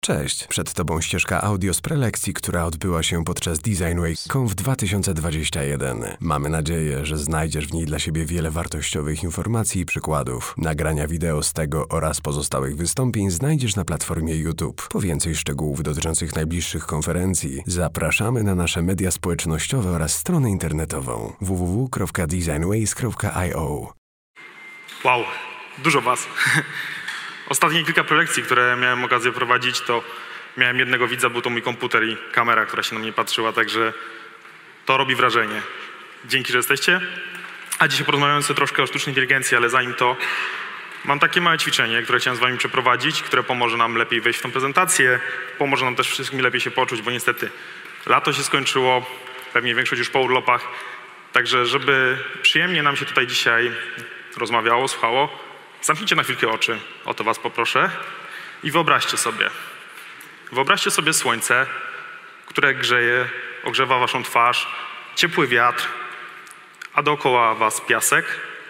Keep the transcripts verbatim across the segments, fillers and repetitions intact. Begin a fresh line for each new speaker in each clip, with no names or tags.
Cześć, przed Tobą ścieżka audio z prelekcji, która odbyła się podczas Design Week Conf dwa tysiące dwudziesty pierwszy. Mamy nadzieję, że znajdziesz w niej dla siebie wiele wartościowych informacji i przykładów. Nagrania wideo z tego oraz pozostałych wystąpień znajdziesz na platformie YouTube. Po więcej szczegółów dotyczących najbliższych konferencji zapraszamy na nasze media społecznościowe oraz stronę internetową w w w kropka designways kropka i o.
Wow, dużo was. Ostatnie kilka prelekcji, które miałem okazję prowadzić, to miałem jednego widza, był to mój komputer i kamera, która się na mnie patrzyła, także to robi wrażenie. Dzięki, że jesteście. A dzisiaj porozmawiamy sobie troszkę o sztucznej inteligencji, ale zanim to mam takie małe ćwiczenie, które chciałem z wami przeprowadzić, które pomoże nam lepiej wejść w tę prezentację, pomoże nam też wszystkim lepiej się poczuć, bo niestety lato się skończyło, pewnie większość już po urlopach, także żeby przyjemnie nam się tutaj dzisiaj rozmawiało, słuchało, zamknijcie na chwilkę oczy, o to was poproszę i wyobraźcie sobie. Wyobraźcie sobie słońce, które grzeje, ogrzewa waszą twarz, ciepły wiatr, a dookoła was piasek.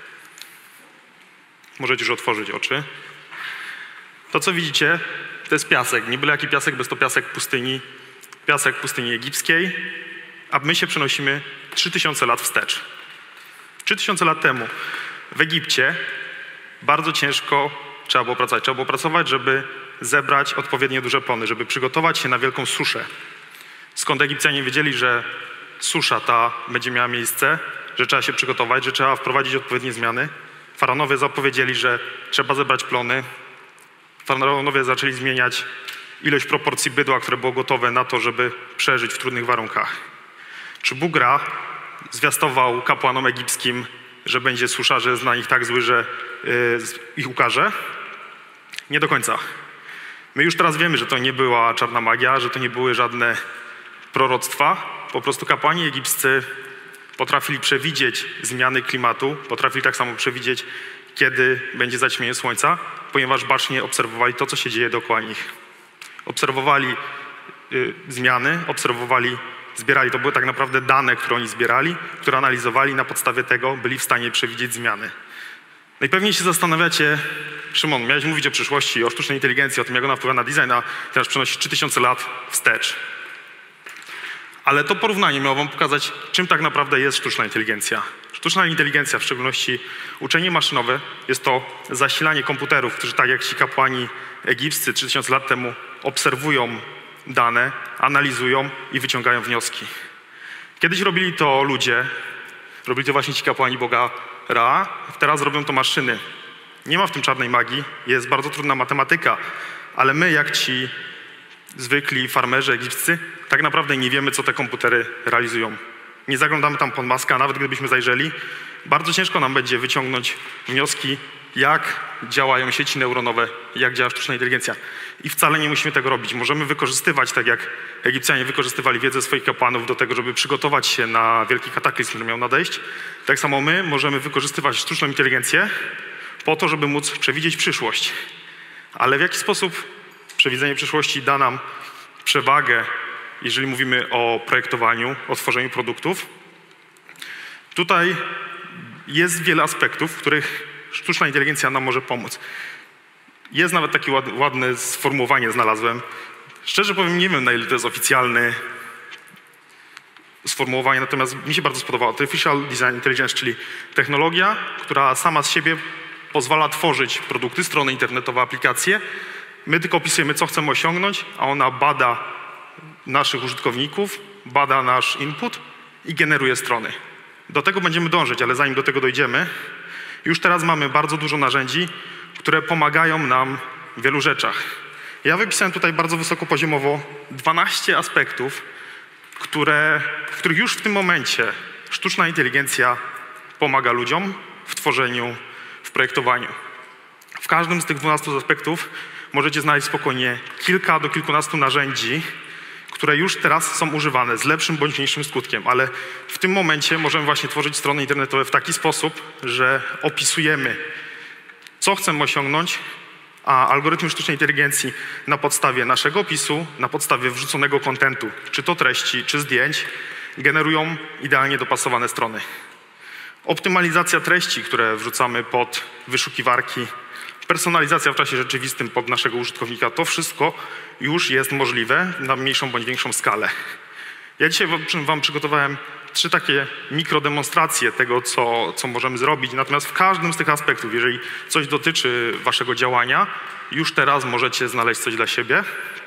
Możecie już otworzyć oczy. To, co widzicie, to jest piasek. Nie byle jaki piasek, bez to piasek pustyni, piasek pustyni egipskiej, a my się przenosimy trzy tysiące lat wstecz. trzy tysiące lat temu w Egipcie bardzo ciężko trzeba było pracować. Trzeba było pracować, żeby zebrać odpowiednio duże plony, żeby przygotować się na wielką suszę. Skąd Egipcjanie wiedzieli, że susza ta będzie miała miejsce, że trzeba się przygotować, że trzeba wprowadzić odpowiednie zmiany. Faraonowie zapowiedzieli, że trzeba zebrać plony. Faraonowie zaczęli zmieniać ilość proporcji bydła, które było gotowe na to, żeby przeżyć w trudnych warunkach. Czy Bóg Ra zwiastował kapłanom egipskim, że będzie susza, że jest na nich tak zły, że yy, ich ukaże? Nie do końca. My już teraz wiemy, że to nie była czarna magia, że to nie były żadne proroctwa. Po prostu kapłani egipscy potrafili przewidzieć zmiany klimatu, potrafili tak samo przewidzieć, kiedy będzie zaćmienie słońca, ponieważ bacznie obserwowali to, co się dzieje dookoła nich. Obserwowali yy, zmiany, obserwowali zbierali. To były tak naprawdę dane, które oni zbierali, które analizowali, na podstawie tego byli w stanie przewidzieć zmiany. Najpewniej się zastanawiacie, Szymon, miałeś mówić o przyszłości, o sztucznej inteligencji, o tym, jak ona wpływa na design, a teraz przenosi trzy tysiące lat wstecz. Ale to porównanie miało wam pokazać, czym tak naprawdę jest sztuczna inteligencja. Sztuczna inteligencja, w szczególności uczenie maszynowe, jest to zasilanie komputerów, którzy tak jak ci kapłani egipscy trzy tysiące lat temu obserwują dane, analizują i wyciągają wnioski. Kiedyś robili to ludzie, robili to właśnie ci kapłani Boga Ra, teraz robią to maszyny. Nie ma w tym czarnej magii, jest bardzo trudna matematyka, ale my, jak ci zwykli farmerzy egipscy, tak naprawdę nie wiemy, co te komputery realizują. Nie zaglądamy tam pod maskę, a nawet gdybyśmy zajrzeli, bardzo ciężko nam będzie wyciągnąć wnioski, jak działają sieci neuronowe, jak działa sztuczna inteligencja. I wcale nie musimy tego robić. Możemy wykorzystywać, tak jak Egipcjanie wykorzystywali wiedzę swoich kapłanów do tego, żeby przygotować się na wielki kataklizm, który miał nadejść. Tak samo my możemy wykorzystywać sztuczną inteligencję po to, żeby móc przewidzieć przyszłość. Ale w jaki sposób przewidzenie przyszłości da nam przewagę, jeżeli mówimy o projektowaniu, o tworzeniu produktów? Tutaj jest wiele aspektów, w których sztuczna inteligencja nam może pomóc. Jest nawet takie ładne sformułowanie, znalazłem. Szczerze powiem, nie wiem, na ile to jest oficjalne sformułowanie, natomiast mi się bardzo spodobało. Artificial Design Intelligence, czyli technologia, która sama z siebie pozwala tworzyć produkty, strony internetowe, aplikacje. My tylko opisujemy, co chcemy osiągnąć, a ona bada naszych użytkowników, bada nasz input i generuje strony. Do tego będziemy dążyć, ale zanim do tego dojdziemy, już teraz mamy bardzo dużo narzędzi, które pomagają nam w wielu rzeczach. Ja wypisałem tutaj bardzo wysokopoziomowo dwanaście aspektów, które, w których już w tym momencie sztuczna inteligencja pomaga ludziom w tworzeniu, w projektowaniu. W każdym z tych dwunastu aspektów możecie znaleźć spokojnie kilka do kilkunastu narzędzi, które już teraz są używane z lepszym bądź mniejszym skutkiem, ale w tym momencie możemy właśnie tworzyć strony internetowe w taki sposób, że opisujemy, co chcemy osiągnąć, a algorytmy sztucznej inteligencji na podstawie naszego opisu, na podstawie wrzuconego kontentu, czy to treści, czy zdjęć, generują idealnie dopasowane strony. Optymalizacja treści, które wrzucamy pod wyszukiwarki personalizacja w czasie rzeczywistym pod naszego użytkownika. To wszystko już jest możliwe na mniejszą bądź większą skalę. Ja dzisiaj wam przygotowałem trzy takie mikrodemonstracje tego, co, co możemy zrobić. Natomiast w każdym z tych aspektów, jeżeli coś dotyczy waszego działania, już teraz możecie znaleźć coś dla siebie.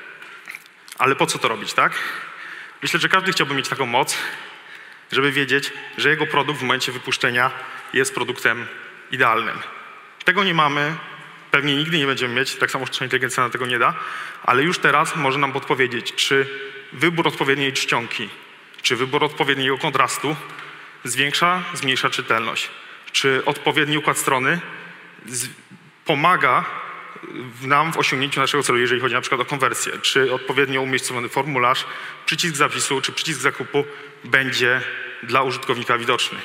Ale po co to robić, tak? Myślę, że każdy chciałby mieć taką moc, żeby wiedzieć, że jego produkt w momencie wypuszczenia jest produktem idealnym. Tego nie mamy, pewnie nigdy nie będziemy mieć, tak samo sztuczna inteligencja nam tego nie da, ale już teraz może nam podpowiedzieć, czy wybór odpowiedniej czcionki, czy wybór odpowiedniego kontrastu zwiększa, zmniejsza czytelność, czy odpowiedni układ strony z, pomaga nam w osiągnięciu naszego celu, jeżeli chodzi na przykład o konwersję, czy odpowiednio umiejscowiony formularz, przycisk zapisu, czy przycisk zakupu będzie dla użytkownika widoczny.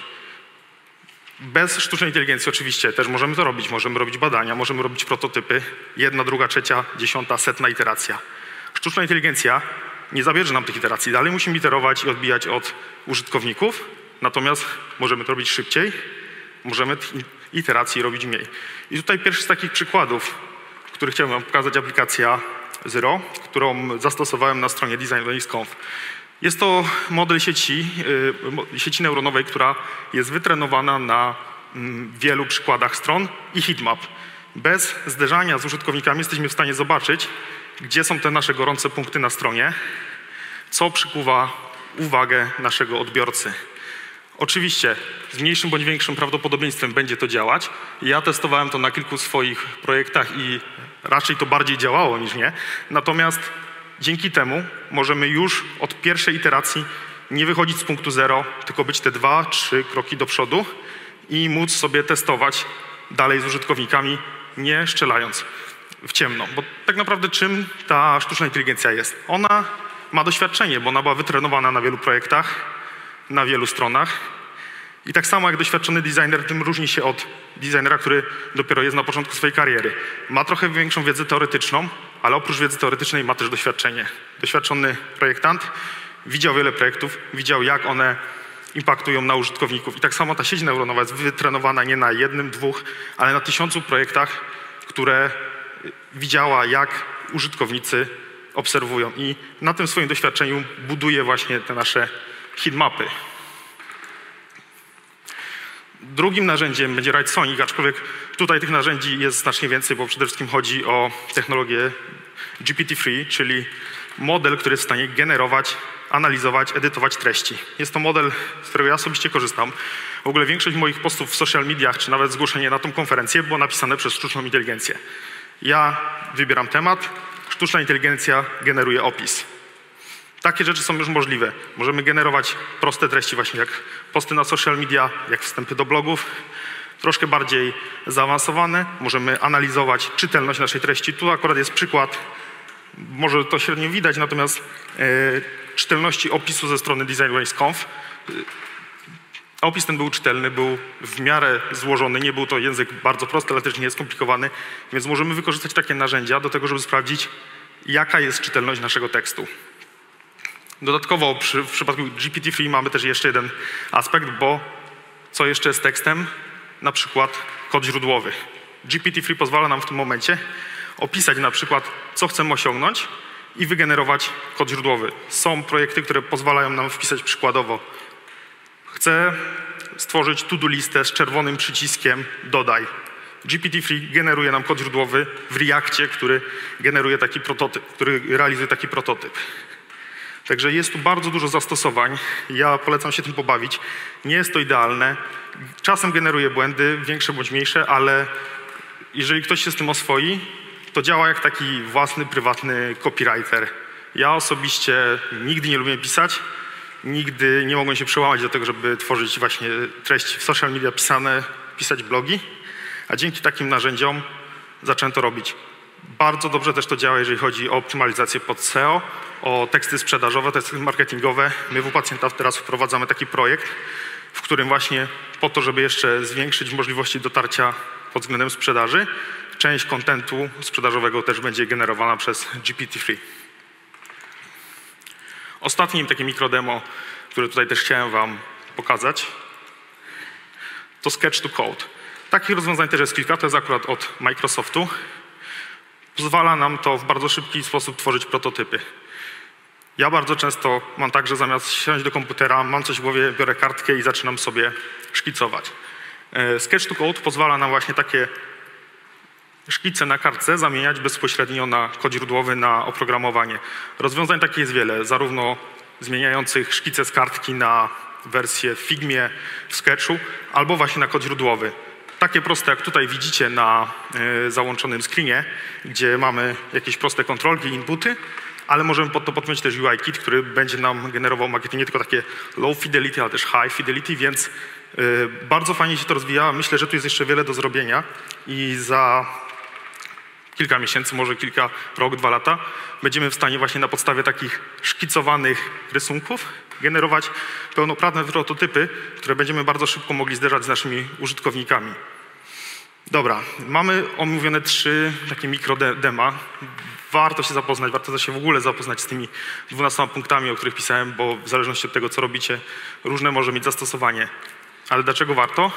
Bez sztucznej inteligencji oczywiście też możemy to robić. Możemy robić badania, możemy robić prototypy. Jedna, druga, trzecia, dziesiąta, setna iteracja. Sztuczna inteligencja nie zabierze nam tych iteracji. Dalej musimy iterować i odbijać od użytkowników. Natomiast możemy to robić szybciej. Możemy tych iteracji robić mniej. I tutaj pierwszy z takich przykładów, który chciałem wam pokazać, aplikacja Zero, którą zastosowałem na stronie DesignWays kropka conf. Jest to model sieci, sieci neuronowej, która jest wytrenowana na wielu przykładach stron i heatmap. Bez zderzania z użytkownikami jesteśmy w stanie zobaczyć, gdzie są te nasze gorące punkty na stronie, co przykuwa uwagę naszego odbiorcy. Oczywiście z mniejszym bądź większym prawdopodobieństwem będzie to działać. Ja testowałem to na kilku swoich projektach i raczej to bardziej działało niż nie. Natomiast dzięki temu możemy już od pierwszej iteracji nie wychodzić z punktu zero, tylko być te dwa, trzy kroki do przodu i móc sobie testować dalej z użytkownikami, nie strzelając w ciemno. Bo tak naprawdę czym ta sztuczna inteligencja jest? Ona ma doświadczenie, bo ona była wytrenowana na wielu projektach, na wielu stronach. I tak samo jak doświadczony designer, tym różni się od designera, który dopiero jest na początku swojej kariery. Ma trochę większą wiedzę teoretyczną, ale oprócz wiedzy teoretycznej ma też doświadczenie. Doświadczony projektant widział wiele projektów, widział jak one impaktują na użytkowników. I tak samo ta sieć neuronowa jest wytrenowana nie na jednym, dwóch, ale na tysiącu projektach, które widziała, jak użytkownicy obserwują. I na tym swoim doświadczeniu buduje właśnie te nasze heatmapy. Drugim narzędziem będzie Write-Sonic, aczkolwiek tutaj tych narzędzi jest znacznie więcej, bo przede wszystkim chodzi o technologię G P T trzy, czyli model, który jest w stanie generować, analizować, edytować treści. Jest to model, z którego ja osobiście korzystam. W ogóle większość moich postów w social mediach, czy nawet zgłoszenie na tą konferencję było napisane przez sztuczną inteligencję. Ja wybieram temat, sztuczna inteligencja generuje opis. Takie rzeczy są już możliwe. Możemy generować proste treści, właśnie jak posty na social media, jak wstępy do blogów. Troszkę bardziej zaawansowane. Możemy analizować czytelność naszej treści. Tu akurat jest przykład, może to średnio widać, natomiast e, czytelności opisu ze strony DesignWays kropka conf. Opis ten był czytelny, był w miarę złożony, nie był to język bardzo prosty, ale też nie jest skomplikowany, więc możemy wykorzystać takie narzędzia do tego, żeby sprawdzić, jaka jest czytelność naszego tekstu. Dodatkowo przy, w przypadku G P T trzy mamy też jeszcze jeden aspekt, bo co jeszcze z tekstem? Na przykład kod źródłowy. G P T trzy pozwala nam w tym momencie opisać na przykład, co chcemy osiągnąć i wygenerować kod źródłowy. Są projekty, które pozwalają nam wpisać przykładowo: chcę stworzyć to-do listę z czerwonym przyciskiem dodaj. G P T trzy generuje nam kod źródłowy w Reakcie, który generuje taki prototyp, który realizuje taki prototyp. Także jest tu bardzo dużo zastosowań. Ja polecam się tym pobawić. Nie jest to idealne. Czasem generuje błędy, większe bądź mniejsze, ale jeżeli ktoś się z tym oswoi, to działa jak taki własny, prywatny copywriter. Ja osobiście nigdy nie lubię pisać. Nigdy nie mogłem się przełamać do tego, żeby tworzyć właśnie treści w social media pisane, pisać blogi. A dzięki takim narzędziom zacząłem to robić. Bardzo dobrze też to działa, jeżeli chodzi o optymalizację pod S E O, o teksty sprzedażowe, teksty marketingowe. My w U Pacjenta teraz wprowadzamy taki projekt, w którym właśnie po to, żeby jeszcze zwiększyć możliwości dotarcia pod względem sprzedaży, część kontentu sprzedażowego też będzie generowana przez G P T trzy. Ostatnim takie mikrodemo, które tutaj też chciałem wam pokazać, to Sketch to Code. Takich rozwiązań też jest kilka, to jest akurat od Microsoftu. Pozwala nam to w bardzo szybki sposób tworzyć prototypy. Ja bardzo często mam tak, że zamiast siąść do komputera, mam coś w głowie, biorę kartkę i zaczynam sobie szkicować. Sketch to Code pozwala nam właśnie takie szkice na kartce zamieniać bezpośrednio na kod źródłowy, na oprogramowanie. Rozwiązań takich jest wiele, zarówno zmieniających szkice z kartki na wersję w Figmie, w Sketchu, albo właśnie na kod źródłowy. Takie proste, jak tutaj widzicie na y, załączonym screenie, gdzie mamy jakieś proste kontrolki, inputy, ale możemy pod to podpiąć też U I Kit, który będzie nam generował makiety nie tylko takie low fidelity, ale też high fidelity, więc y, bardzo fajnie się to rozwija. Myślę, że tu jest jeszcze wiele do zrobienia i za kilka miesięcy, może kilka, rok, dwa lata, będziemy w stanie właśnie na podstawie takich szkicowanych rysunków generować pełnoprawne prototypy, które będziemy bardzo szybko mogli zderzać z naszymi użytkownikami. Dobra, mamy omówione trzy takie mikrodema. Warto się zapoznać, warto się w ogóle zapoznać z tymi dwunastoma punktami, o których pisałem, bo w zależności od tego, co robicie, różne może mieć zastosowanie. Ale dlaczego warto?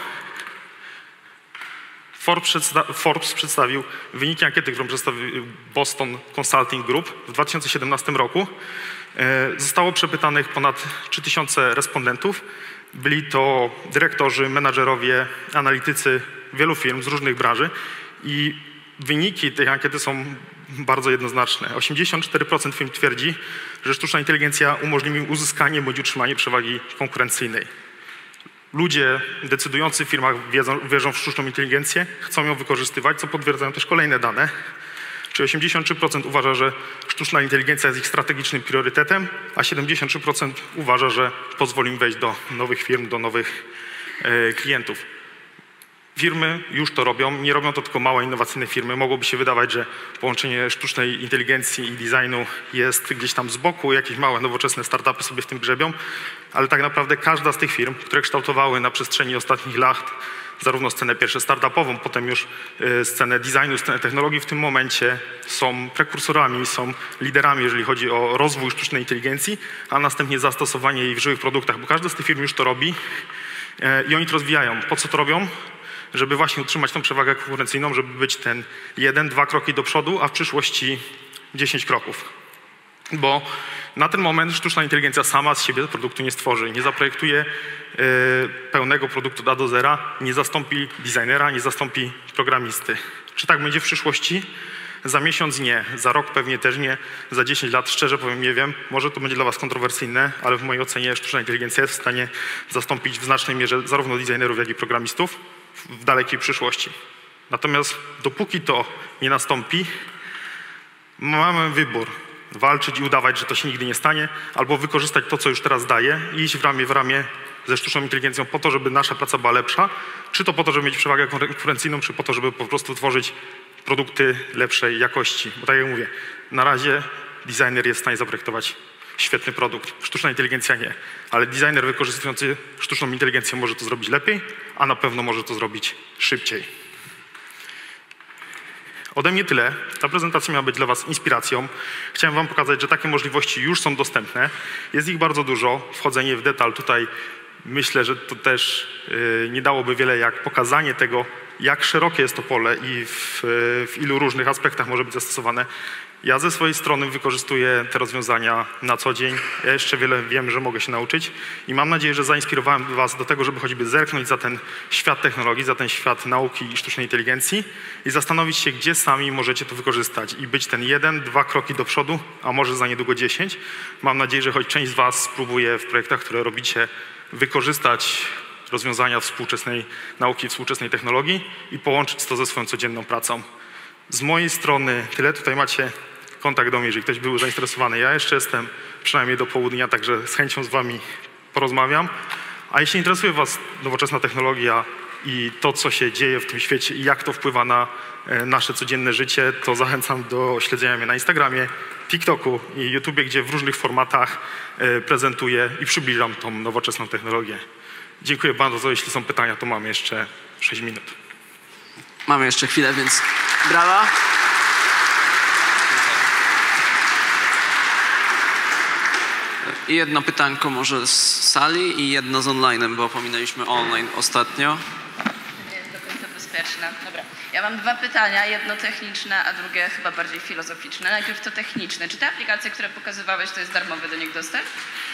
Forbes, przedsta Forbes przedstawił wyniki ankiety, którą przedstawił Boston Consulting Group w dwa tysiące siedemnastym roku. Zostało przepytanych ponad trzy tysiące respondentów. Byli to dyrektorzy, menadżerowie, analitycy wielu firm z różnych branży i wyniki tej ankiety są bardzo jednoznaczne. osiemdziesiąt cztery procent firm twierdzi, że sztuczna inteligencja umożliwi uzyskanie bądź utrzymanie przewagi konkurencyjnej. Ludzie decydujący w firmach wiedzą, wierzą w sztuczną inteligencję, chcą ją wykorzystywać, co potwierdzają też kolejne dane. Czyli osiemdziesiąt trzy procent uważa, że sztuczna inteligencja jest ich strategicznym priorytetem, a siedemdziesiąt trzy procent uważa, że pozwoli im wejść do nowych firm, do nowych e, klientów. Firmy już to robią, nie robią to tylko małe, innowacyjne firmy. Mogłoby się wydawać, że połączenie sztucznej inteligencji i designu jest gdzieś tam z boku, jakieś małe, nowoczesne startupy sobie w tym grzebią, ale tak naprawdę każda z tych firm, które kształtowały na przestrzeni ostatnich lat zarówno scenę pierwsze startupową, potem już scenę designu, scenę technologii, w tym momencie są prekursorami, są liderami, jeżeli chodzi o rozwój sztucznej inteligencji, a następnie zastosowanie jej w żywych produktach, bo każda z tych firm już to robi i oni to rozwijają. Po co to robią? Żeby właśnie utrzymać tą przewagę konkurencyjną, żeby być ten jeden, dwa kroki do przodu, a w przyszłości dziesięć kroków. Bo na ten moment sztuczna inteligencja sama z siebie produktu nie stworzy, nie zaprojektuje yy, pełnego produktu A do zera, nie zastąpi designera, nie zastąpi programisty. Czy tak będzie w przyszłości? Za miesiąc nie, za rok pewnie też nie, za dziesięć lat szczerze powiem nie wiem. Może to będzie dla was kontrowersyjne, ale w mojej ocenie sztuczna inteligencja jest w stanie zastąpić w znacznej mierze zarówno designerów, jak i programistów w dalekiej przyszłości. Natomiast dopóki to nie nastąpi, mamy wybór. Walczyć i udawać, że to się nigdy nie stanie, albo wykorzystać to, co już teraz daje i iść w ramię w ramię ze sztuczną inteligencją po to, żeby nasza praca była lepsza, czy to po to, żeby mieć przewagę konkurencyjną, czy po to, żeby po prostu tworzyć produkty lepszej jakości. Bo tak jak mówię, na razie designer jest w stanie zaprojektować świetny produkt, sztuczna inteligencja nie, ale designer wykorzystujący sztuczną inteligencję może to zrobić lepiej, a na pewno może to zrobić szybciej. Ode mnie tyle. Ta prezentacja miała być dla was inspiracją. Chciałem wam pokazać, że takie możliwości już są dostępne. Jest ich bardzo dużo. Wchodzenie w detal tutaj myślę, że to też yy, nie dałoby wiele jak pokazanie tego, jak szerokie jest to pole i w, w ilu różnych aspektach może być zastosowane. Ja ze swojej strony wykorzystuję te rozwiązania na co dzień. Ja jeszcze wiele wiem, że mogę się nauczyć i mam nadzieję, że zainspirowałem was do tego, żeby choćby zerknąć za ten świat technologii, za ten świat nauki i sztucznej inteligencji i zastanowić się, gdzie sami możecie to wykorzystać i być ten jeden, dwa kroki do przodu, a może za niedługo dziesięć. Mam nadzieję, że choć część z was spróbuje w projektach, które robicie, wykorzystać rozwiązania współczesnej nauki, współczesnej technologii i połączyć to ze swoją codzienną pracą. Z mojej strony tyle. Tutaj macie kontakt do mnie, jeżeli ktoś był zainteresowany. Ja jeszcze jestem przynajmniej do południa, także z chęcią z wami porozmawiam. A jeśli interesuje was nowoczesna technologia i to, co się dzieje w tym świecie i jak to wpływa na nasze codzienne życie, to zachęcam do śledzenia mnie na Instagramie, TikToku i YouTubie, gdzie w różnych formatach prezentuję i przybliżam tą nowoczesną technologię. Dziękuję bardzo. Jeśli są pytania, to mam jeszcze sześć minut.
Mamy jeszcze chwilę, więc brawa. I jedno pytanko może z sali i jedno z online'em, bo pominęliśmy online ostatnio.
Nie jest do końca bez bezpieczne. Dobra. Ja mam dwa pytania, jedno techniczne, a drugie chyba bardziej filozoficzne. Najpierw to techniczne. Czy te aplikacje, które pokazywałeś, to jest darmowy do nich dostęp?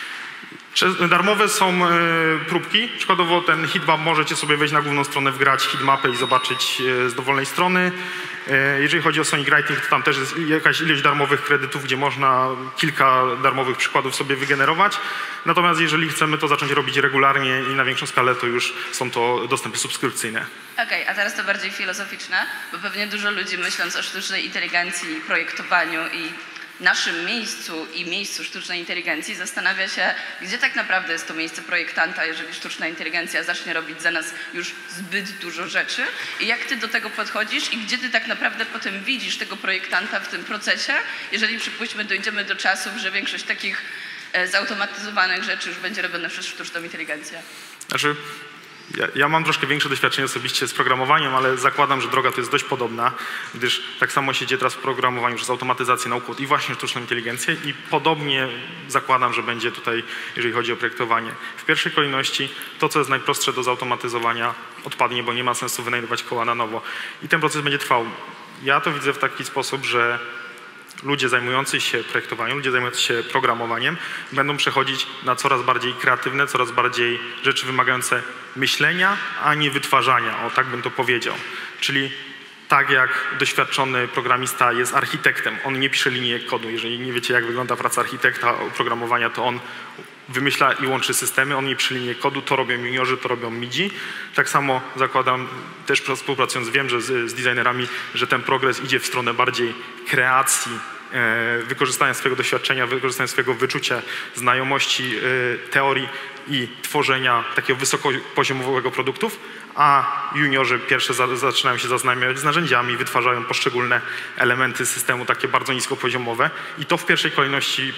Darmowe są e, próbki. Przykładowo ten heatmap możecie sobie wejść na główną stronę, wgrać heatmapę i zobaczyć e, z dowolnej strony. E, jeżeli chodzi o Sonic Writing, to tam też jest jakaś ilość darmowych kredytów, gdzie można kilka darmowych przykładów sobie wygenerować. Natomiast jeżeli chcemy to zacząć robić regularnie i na większą skalę, to już są to dostępy subskrypcyjne.
Okej, okay, a teraz to bardziej filozoficzne, bo pewnie dużo ludzi myśląc o sztucznej inteligencji, projektowaniu i naszym miejscu i miejscu sztucznej inteligencji zastanawia się, gdzie tak naprawdę jest to miejsce projektanta, jeżeli sztuczna inteligencja zacznie robić za nas już zbyt dużo rzeczy i jak ty do tego podchodzisz i gdzie ty tak naprawdę potem widzisz tego projektanta w tym procesie, jeżeli przypuśćmy dojdziemy do czasów, że większość takich e, zautomatyzowanych rzeczy już będzie robiona przez sztuczną inteligencję.
Znaczy, Ja, ja mam troszkę większe doświadczenie osobiście z programowaniem, ale zakładam, że droga to jest dość podobna, gdyż tak samo się dzieje teraz w programowaniu przez automatyzację nauk i właśnie sztuczną inteligencję i podobnie zakładam, że będzie tutaj, jeżeli chodzi o projektowanie. W pierwszej kolejności to, co jest najprostsze do zautomatyzowania, odpadnie, bo nie ma sensu wynajdować koła na nowo i ten proces będzie trwał. Ja to widzę w taki sposób, że ludzie zajmujący się projektowaniem, ludzie zajmujący się programowaniem będą przechodzić na coraz bardziej kreatywne, coraz bardziej rzeczy wymagające myślenia, a nie wytwarzania. O, tak bym to powiedział. Czyli tak jak doświadczony programista jest architektem, on nie pisze linijek kodu. Jeżeli nie wiecie, jak wygląda praca architekta oprogramowania, to on wymyśla i łączy systemy, on nie pisze linijek kodu, to robią juniorzy, to robią midzi. Tak samo zakładam, też współpracując, wiem, że z, z designerami, że ten progres idzie w stronę bardziej kreacji, e, wykorzystania swojego doświadczenia, wykorzystania swojego wyczucia, znajomości, e, teorii i tworzenia takiego wysokopoziomowego produktów, a juniorzy pierwsze za, zaczynają się zaznajamiać z narzędziami, wytwarzają poszczególne elementy systemu takie bardzo niskopoziomowe i to w pierwszej kolejności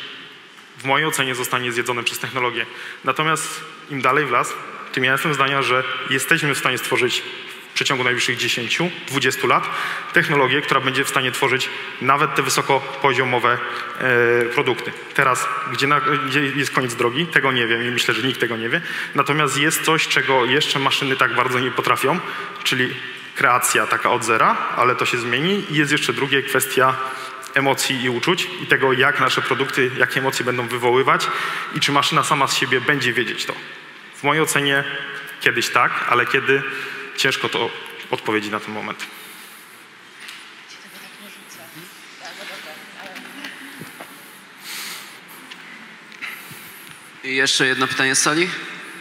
w mojej ocenie zostanie zjedzone przez technologię. Natomiast im dalej w las, tym ja jestem zdania, że jesteśmy w stanie stworzyć w przeciągu najbliższych dziesięciu do dwudziestu lat technologię, która będzie w stanie tworzyć nawet te wysokopoziomowe e, produkty. Teraz, gdzie, na, gdzie jest koniec drogi, tego nie wiem i myślę, że nikt tego nie wie. Natomiast jest coś, czego jeszcze maszyny tak bardzo nie potrafią, czyli kreacja taka od zera, ale to się zmieni. I jest jeszcze drugie, kwestia emocji i uczuć i tego, jak nasze produkty, jakie emocje będą wywoływać i czy maszyna sama z siebie będzie wiedzieć to. W mojej ocenie kiedyś tak, ale kiedy ciężko to odpowiedzieć na ten moment.
I jeszcze jedno pytanie z sali.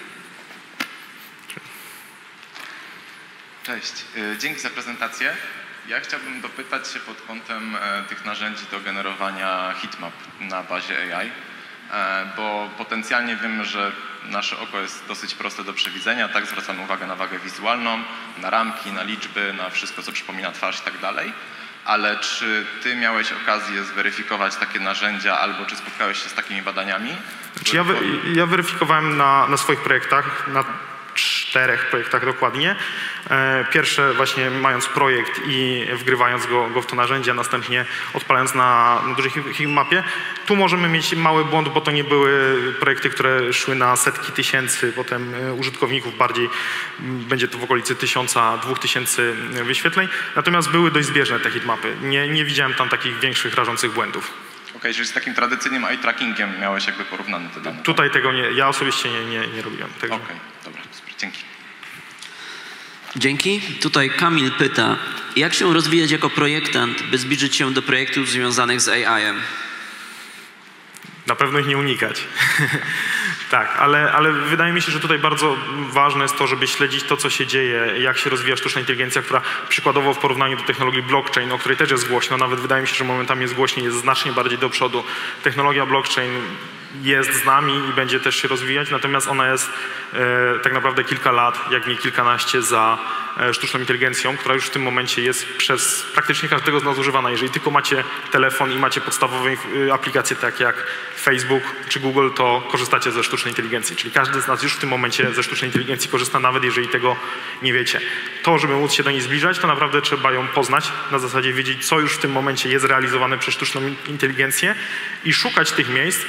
Cześć, dzięki za prezentację. Ja chciałbym dopytać się pod kątem e, tych narzędzi do generowania heatmap na bazie A I, e, bo potencjalnie wiemy, że nasze oko jest dosyć proste do przewidzenia, tak, zwracamy uwagę na wagę wizualną, na ramki, na liczby, na wszystko, co przypomina twarz i tak dalej, ale czy ty miałeś okazję zweryfikować takie narzędzia albo czy spotkałeś się z takimi badaniami?
Znaczy ja, wy, ja weryfikowałem na, na swoich projektach, na czterech projektach dokładnie. Pierwsze właśnie mając projekt i wgrywając go, go w to narzędzie, a następnie odpalając na, na dużej heatmapie. Tu możemy mieć mały błąd, bo to nie były projekty, które szły na setki tysięcy potem użytkowników, bardziej będzie to w okolicy tysiąca, dwóch tysięcy wyświetleń. Natomiast były dość zbieżne te heatmapy. Nie, nie widziałem tam takich większych, rażących błędów.
Okej, okay, czyli z takim tradycyjnym eye trackingiem miałeś jakby porównane te dane.
Tutaj tak? tego nie, ja osobiście nie, nie, nie robiłem.
Okej, okay, dobra, super, dzięki.
Dzięki. Tutaj Kamil pyta, jak się rozwijać jako projektant, by zbliżyć się do projektów związanych z A I-em?
Na pewno ich nie unikać. Tak, ale, ale wydaje mi się, że tutaj bardzo ważne jest to, żeby śledzić to, co się dzieje, jak się rozwija sztuczna inteligencja, która przykładowo w porównaniu do technologii blockchain, o której też jest głośno, nawet wydaje mi się, że momentami jest głośniej, jest znacznie bardziej do przodu. Technologia blockchain jest z nami i będzie też się rozwijać, natomiast ona jest e, tak naprawdę kilka lat, jak nie kilkanaście za e, sztuczną inteligencją, która już w tym momencie jest przez praktycznie każdego z nas używana. Jeżeli tylko macie telefon i macie podstawowe e, aplikacje takie jak Facebook czy Google, to korzystacie ze sztucznej inteligencji. Czyli każdy z nas już w tym momencie ze sztucznej inteligencji korzysta, nawet jeżeli tego nie wiecie. To, żeby móc się do niej zbliżać, to naprawdę trzeba ją poznać, na zasadzie wiedzieć, co już w tym momencie jest realizowane przez sztuczną inteligencję i szukać tych miejsc, w których ona jest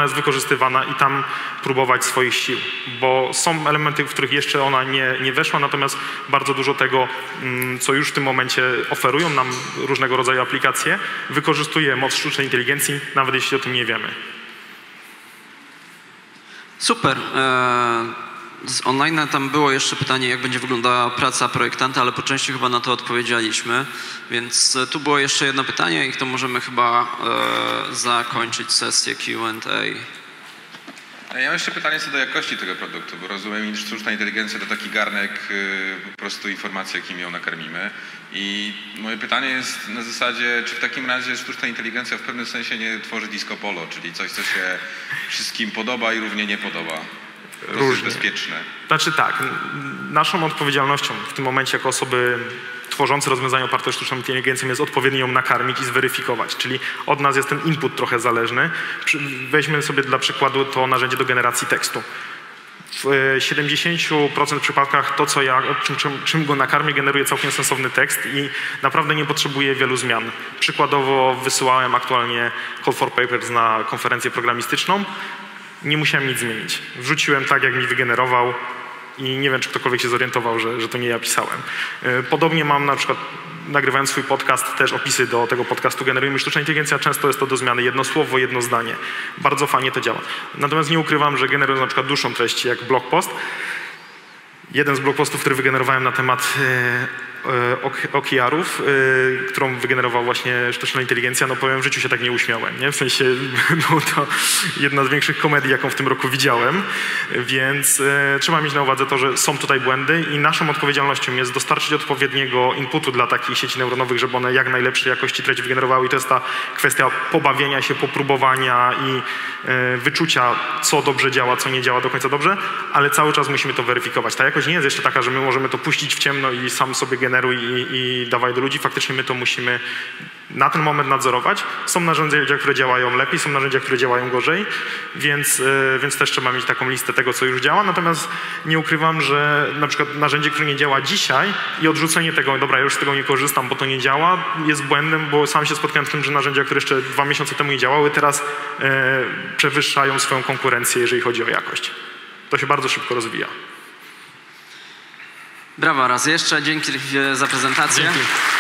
jest wykorzystywana i tam próbować swoich sił, bo są elementy, w których jeszcze ona nie, nie weszła, natomiast bardzo dużo tego, co już w tym momencie oferują nam różnego rodzaju aplikacje, wykorzystuje moc sztucznej inteligencji, nawet jeśli o tym nie wiemy.
Super. Z online tam było jeszcze pytanie, jak będzie wyglądała praca projektanta, ale po części chyba na to odpowiedzieliśmy, więc tu było jeszcze jedno pytanie i to możemy chyba e, zakończyć sesję Q and A.
Ja mam jeszcze pytanie co do jakości tego produktu, bo rozumiem, że sztuczna inteligencja to taki garnek y, po prostu informacji, jakimi ją nakarmimy. I moje pytanie jest na zasadzie, czy w takim razie sztuczna inteligencja w pewnym sensie nie tworzy disco polo, czyli coś, co się wszystkim podoba i równie nie podoba. Dosyć bezpieczne.
Znaczy tak, naszą odpowiedzialnością w tym momencie jako osoby tworzące rozwiązania oparte o sztuczną inteligencją jest odpowiednio ją nakarmić i zweryfikować, czyli od nas jest ten input trochę zależny. Weźmy sobie dla przykładu to narzędzie do generacji tekstu. W siedemdziesięciu procent przypadkach to, co ja, czym, czym, czym go nakarmię, generuje całkiem sensowny tekst i naprawdę nie potrzebuje wielu zmian. Przykładowo wysyłałem aktualnie call for papers na konferencję programistyczną. Nie musiałem nic zmienić. Wrzuciłem tak, jak mi wygenerował i nie wiem, czy ktokolwiek się zorientował, że, że to nie ja pisałem. Podobnie mam na przykład, nagrywając swój podcast, też opisy do tego podcastu generuje mi sztuczna inteligencja. Często jest to do zmiany jedno słowo, jedno zdanie. Bardzo fajnie to działa. Natomiast nie ukrywam, że generując na przykład dłuższą treść, jak blog post, jeden z blog postów, który wygenerowałem na temat O K R-ów, yy, którą wygenerowała właśnie sztuczna inteligencja, no powiem, w życiu się tak nie uśmiałem, nie? W sensie było to jedna z większych komedii, jaką w tym roku widziałem, więc yy, trzeba mieć na uwadze to, że są tutaj błędy i naszą odpowiedzialnością jest dostarczyć odpowiedniego inputu dla takich sieci neuronowych, żeby one jak najlepszej jakości treść wygenerowały i to jest ta kwestia pobawienia się, popróbowania i yy, wyczucia, co dobrze działa, co nie działa do końca dobrze, ale cały czas musimy to weryfikować. Ta jakość nie jest jeszcze taka, że my możemy to puścić w ciemno i sam sobie generuj i, i dawaj do ludzi. Faktycznie my to musimy na ten moment nadzorować. Są narzędzia, które działają lepiej, są narzędzia, które działają gorzej, więc, yy, więc też trzeba mieć taką listę tego, co już działa. Natomiast nie ukrywam, że na przykład narzędzie, które nie działa dzisiaj i odrzucenie tego, dobra, ja już z tego nie korzystam, bo to nie działa, jest błędem, bo sam się spotkałem z tym, że narzędzia, które jeszcze dwa miesiące temu nie działały, teraz yy, przewyższają swoją konkurencję, jeżeli chodzi o jakość. To się bardzo szybko rozwija.
Brawo raz jeszcze, dzięki za prezentację.
Dzięki.